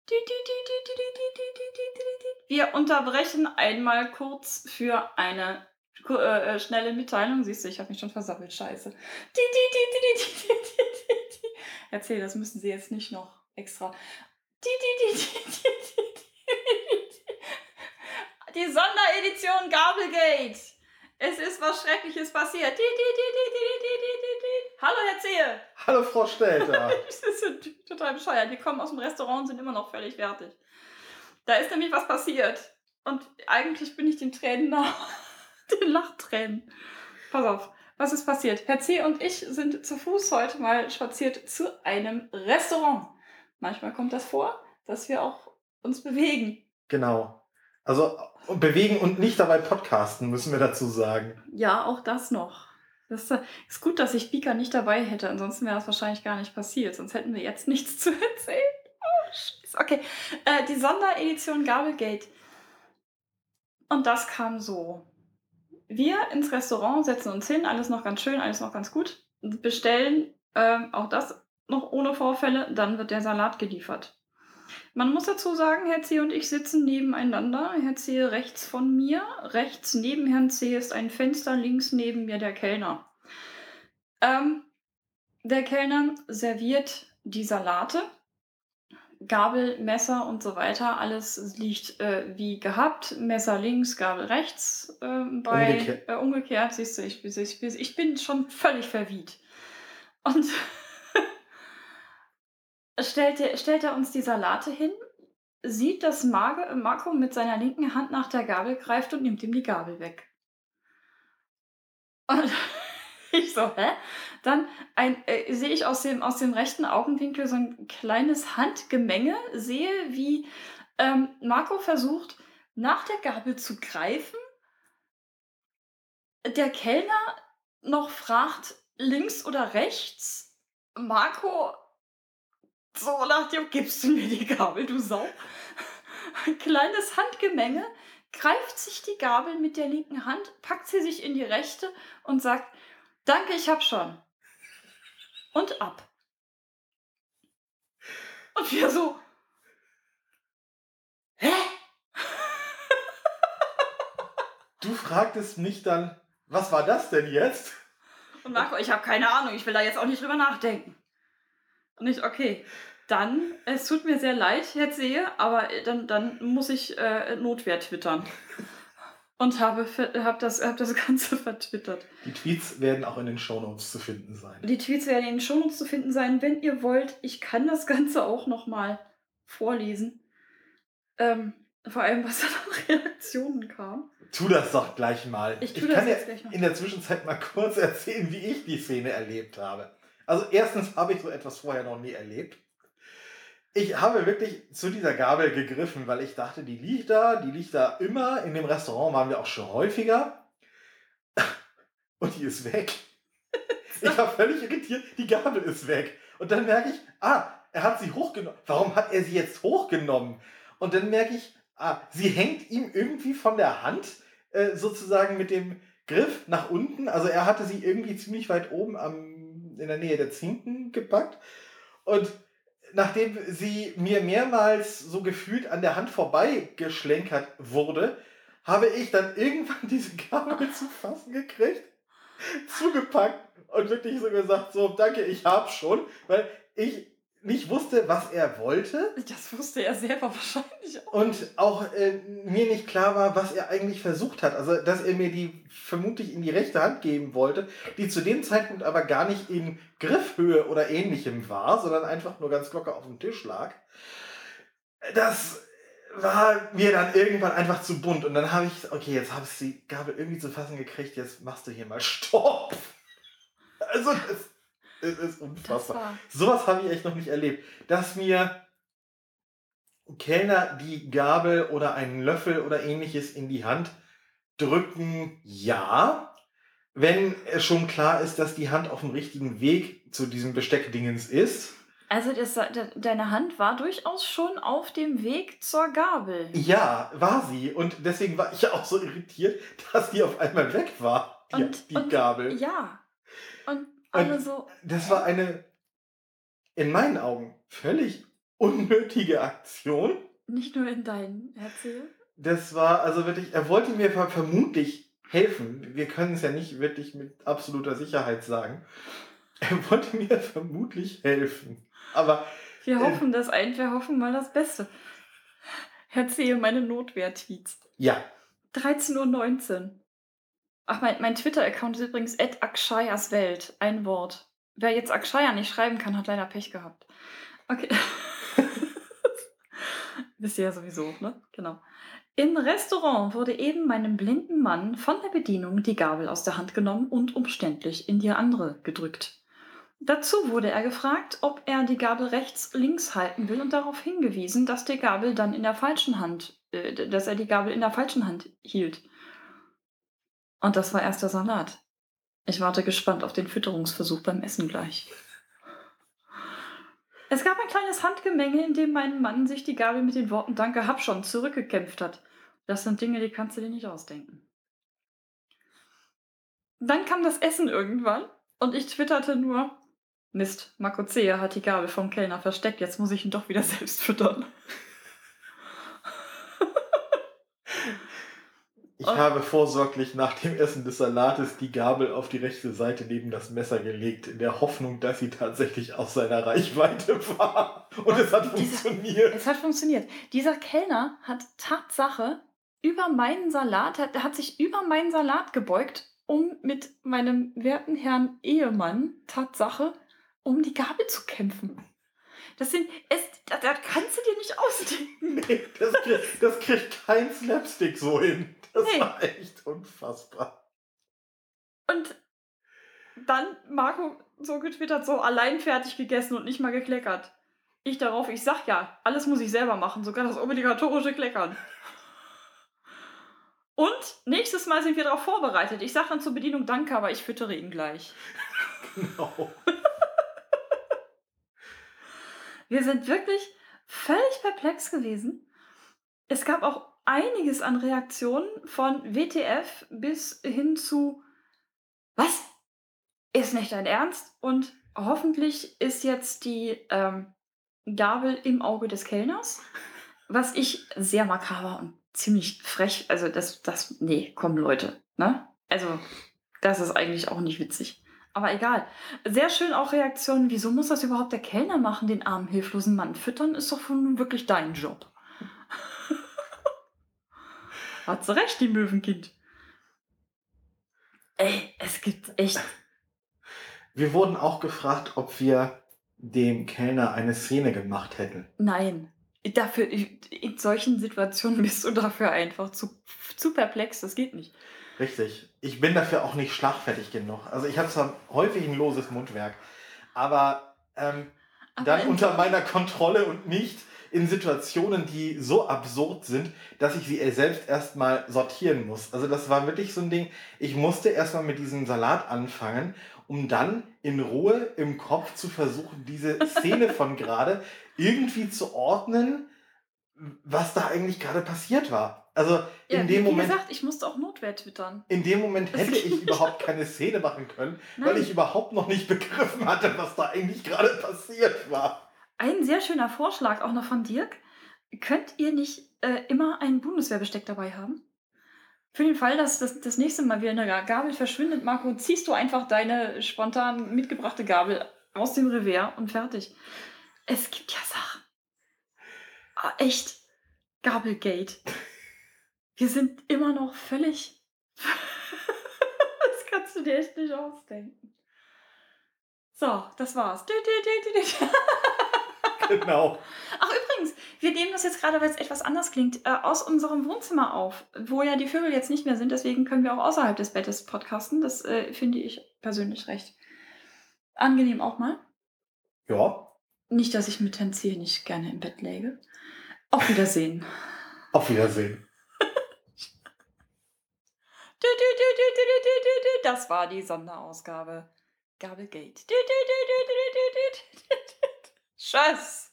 Wir unterbrechen einmal kurz für eine schnelle Mitteilung. Siehst du, ich habe mich schon versammelt. Scheiße. Erzähl, das müssen Sie jetzt nicht noch extra. Die Sonderedition Gabelgate. Es ist was Schreckliches passiert. Hallo, Herr Zehe. Hallo, Frau Stelter. Das ist total bescheuert. Die kommen aus dem Restaurant und sind immer noch völlig fertig. Da ist nämlich was passiert. Und eigentlich bin ich den Tränen nah. Den Lachtränen. Pass auf, was ist passiert? Herr C. und ich sind zu Fuß heute mal spaziert zu einem Restaurant. Manchmal kommt das vor, dass wir auch uns bewegen. Genau. Also bewegen und nicht dabei podcasten, müssen wir dazu sagen. Ja, auch das noch. Das ist gut, dass ich Bika nicht dabei hätte, ansonsten wäre das wahrscheinlich gar nicht passiert. Sonst hätten wir jetzt nichts zu erzählen. Oh, Scheiße. Okay, die Sonderedition Gabelgate. Und das kam so. Wir ins Restaurant, setzen uns hin, alles noch ganz schön, alles noch ganz gut. Bestellen, auch das noch ohne Vorfälle, dann wird der Salat geliefert. Man muss dazu sagen, Herr C. und ich sitzen nebeneinander. Herr C. rechts von mir. Rechts neben Herrn C. ist ein Fenster, links neben mir der Kellner. Der Kellner serviert die Salate. Gabel, Messer und so weiter, alles liegt wie gehabt. Messer links, Gabel rechts. Umgekehrt, siehst du, ich bin schon völlig verwirrt. Und stellt er uns die Salate hin, sieht, dass Marco mit seiner linken Hand nach der Gabel greift und nimmt ihm die Gabel weg. Und ich so, hä? Dann sehe ich aus dem rechten Augenwinkel so ein kleines Handgemenge, sehe, wie Marco versucht, nach der Gabel zu greifen. Der Kellner noch fragt, links oder rechts. Marco so nach dem, gibst du mir die Gabel, du Sau? Ein kleines Handgemenge, greift sich die Gabel mit der linken Hand, packt sie sich in die rechte und sagt, danke, ich hab schon. Und ab. Und wir so, hä? Du fragtest mich dann, was war das denn jetzt? Und Marco, ich habe keine Ahnung, ich will da jetzt auch nicht drüber nachdenken. Und ich, okay, dann, es tut mir sehr leid, Herr Zehe, aber dann muss ich Notwehr twittern. Und hab das Ganze vertwittert. Die Tweets werden auch in den Shownotes zu finden sein. Die Tweets werden in den Shownotes zu finden sein, wenn ihr wollt. Ich kann das Ganze auch nochmal vorlesen. Vor allem, was da an Reaktionen kam. Tu das doch gleich mal. Ich kann jetzt gleich mal. In der Zwischenzeit mal kurz erzählen, wie ich die Szene erlebt habe. Also erstens habe ich so etwas vorher noch nie erlebt. Ich habe wirklich zu dieser Gabel gegriffen, weil ich dachte, die liegt da immer. In dem Restaurant waren wir auch schon häufiger. Und die ist weg. Ich war völlig irritiert, die Gabel ist weg. Und dann merke ich, er hat sie hochgenommen. Warum hat er sie jetzt hochgenommen? Und dann merke ich, sie hängt ihm irgendwie von der Hand, sozusagen mit dem Griff nach unten. Also er hatte sie irgendwie ziemlich weit oben in der Nähe der Zinken gepackt. Und nachdem sie mir mehrmals so gefühlt an der Hand vorbei geschlenkert wurde, habe ich dann irgendwann diese Gabel zu fassen gekriegt, zugepackt und wirklich so gesagt, so, danke, ich hab schon, weil ich nicht wusste, was er wollte. Das wusste er selber wahrscheinlich auch. Und auch mir nicht klar war, was er eigentlich versucht hat. Also, dass er mir die vermutlich in die rechte Hand geben wollte, die zu dem Zeitpunkt aber gar nicht in Griffhöhe oder ähnlichem war, sondern einfach nur ganz locker auf dem Tisch lag. Das war mir dann irgendwann einfach zu bunt. Und dann habe ich, okay, jetzt habe ich die Gabel irgendwie zu fassen gekriegt, jetzt machst du hier mal Stopp. Also, das ist unfassbar. Sowas habe ich echt noch nicht erlebt. Dass mir Kellner die Gabel oder einen Löffel oder ähnliches in die Hand drücken, ja. Wenn es schon klar ist, dass die Hand auf dem richtigen Weg zu diesem Besteckdingens ist. Also deine Hand war durchaus schon auf dem Weg zur Gabel. Ja, war sie. Und deswegen war ich auch so irritiert, dass die auf einmal weg war, die Gabel. Ja. Und alle so. Das war eine, in meinen Augen, völlig unnötige Aktion. Nicht nur in deinen Erzähl. Das war also wirklich, er wollte mir vermutlich helfen. Wir können es ja nicht wirklich mit absoluter Sicherheit sagen. Er wollte mir vermutlich helfen. Aber Wir hoffen wir hoffen mal das Beste. Erzähle meine Notwehr-Tweets. ja, 13:19 Uhr. Ach, mein Twitter-Account ist übrigens @akshayaswelt. Ein Wort. Wer jetzt Akshaya nicht schreiben kann, hat leider Pech gehabt. Okay. Wisst ihr ja sowieso, ne? Genau. Im Restaurant wurde eben meinem blinden Mann von der Bedienung die Gabel aus der Hand genommen und umständlich in die andere gedrückt. Dazu wurde er gefragt, ob er die Gabel rechts-links halten will und darauf hingewiesen, dass dass er die Gabel in der falschen Hand hielt. Und das war erst der Salat. Ich warte gespannt auf den Fütterungsversuch beim Essen gleich. Es gab ein kleines Handgemenge, in dem mein Mann sich die Gabel mit den Worten „Danke, hab schon" zurückgekämpft hat. Das sind Dinge, die kannst du dir nicht ausdenken. Dann kam das Essen irgendwann und ich twitterte nur: Mist, Marco Zea hat die Gabel vom Kellner versteckt, jetzt muss ich ihn doch wieder selbst füttern. ich habe vorsorglich nach dem Essen des Salates die Gabel auf die rechte Seite neben das Messer gelegt, in der Hoffnung, dass sie tatsächlich aus seiner Reichweite war. Und es hat funktioniert. Es hat funktioniert. Dieser Kellner hat Tatsache hat sich über meinen Salat gebeugt, um mit meinem werten Herrn Ehemann Tatsache um die Gabel zu kämpfen. Das kannst du dir nicht ausdenken. Nee, das kriegt kein Slapstick so hin. Das war echt unfassbar. Und dann Marco so getwittert, so allein fertig gegessen und nicht mal gekleckert. Ich sag ja, alles muss ich selber machen, sogar das obligatorische Kleckern. Und nächstes Mal sind wir darauf vorbereitet. Ich sag dann zur Bedienung Danke, aber ich füttere ihn gleich. Genau. Wir sind wirklich völlig perplex gewesen. Es gab auch einiges an Reaktionen von WTF bis hin zu Was? Ist nicht dein Ernst? Und hoffentlich ist jetzt die Gabel im Auge des Kellners. Was ich sehr makaber und ziemlich frech, also nee, komm Leute, ne? Also, das ist eigentlich auch nicht witzig. Aber egal. Sehr schön auch Reaktionen, wieso muss das überhaupt der Kellner machen, den armen, hilflosen Mann? Füttern ist doch nun wirklich dein Job. Hat sie recht, die Möwenkind. Ey, es gibt echt... Wir wurden auch gefragt, ob wir dem Kellner eine Szene gemacht hätten. Nein. In solchen Situationen bist du dafür einfach zu perplex, das geht nicht. Richtig. Ich bin dafür auch nicht schlagfertig genug. Also ich habe zwar häufig ein loses Mundwerk, aber dann unter meiner Kontrolle und nicht in Situationen, die so absurd sind, dass ich sie selbst erstmal sortieren muss. Also das war wirklich so ein Ding, ich musste erstmal mit diesem Salat anfangen, um dann in Ruhe im Kopf zu versuchen, diese Szene von gerade irgendwie zu ordnen, was da eigentlich gerade passiert war. Also in dem Moment. Wie gesagt, ich musste auch Notwehr twittern. In dem Moment hätte ich überhaupt keine Szene machen können, weil ich überhaupt noch nicht begriffen hatte, was da eigentlich gerade passiert war. Ein sehr schöner Vorschlag auch noch von Dirk. Könnt ihr nicht immer ein Bundeswehrbesteck dabei haben? Für den Fall, dass das nächste Mal wieder eine Gabel verschwindet, Marco, ziehst du einfach deine spontan mitgebrachte Gabel aus dem Revers und fertig. Es gibt ja Sachen. Ah, echt. Gabelgate. Wir sind immer noch völlig... Das kannst du dir echt nicht ausdenken. So, das war's. Genau. Ach übrigens, wir nehmen das jetzt gerade, weil es etwas anders klingt, aus unserem Wohnzimmer auf, wo ja die Vögel jetzt nicht mehr sind. Deswegen können wir auch außerhalb des Bettes podcasten. Das finde ich persönlich recht angenehm auch mal. Ja. Nicht, dass ich mit Herrn Zehe nicht gerne im Bett läge. Auf Wiedersehen. Auf Wiedersehen. Das war die Sonderausgabe. Gabelgate. Tschüss.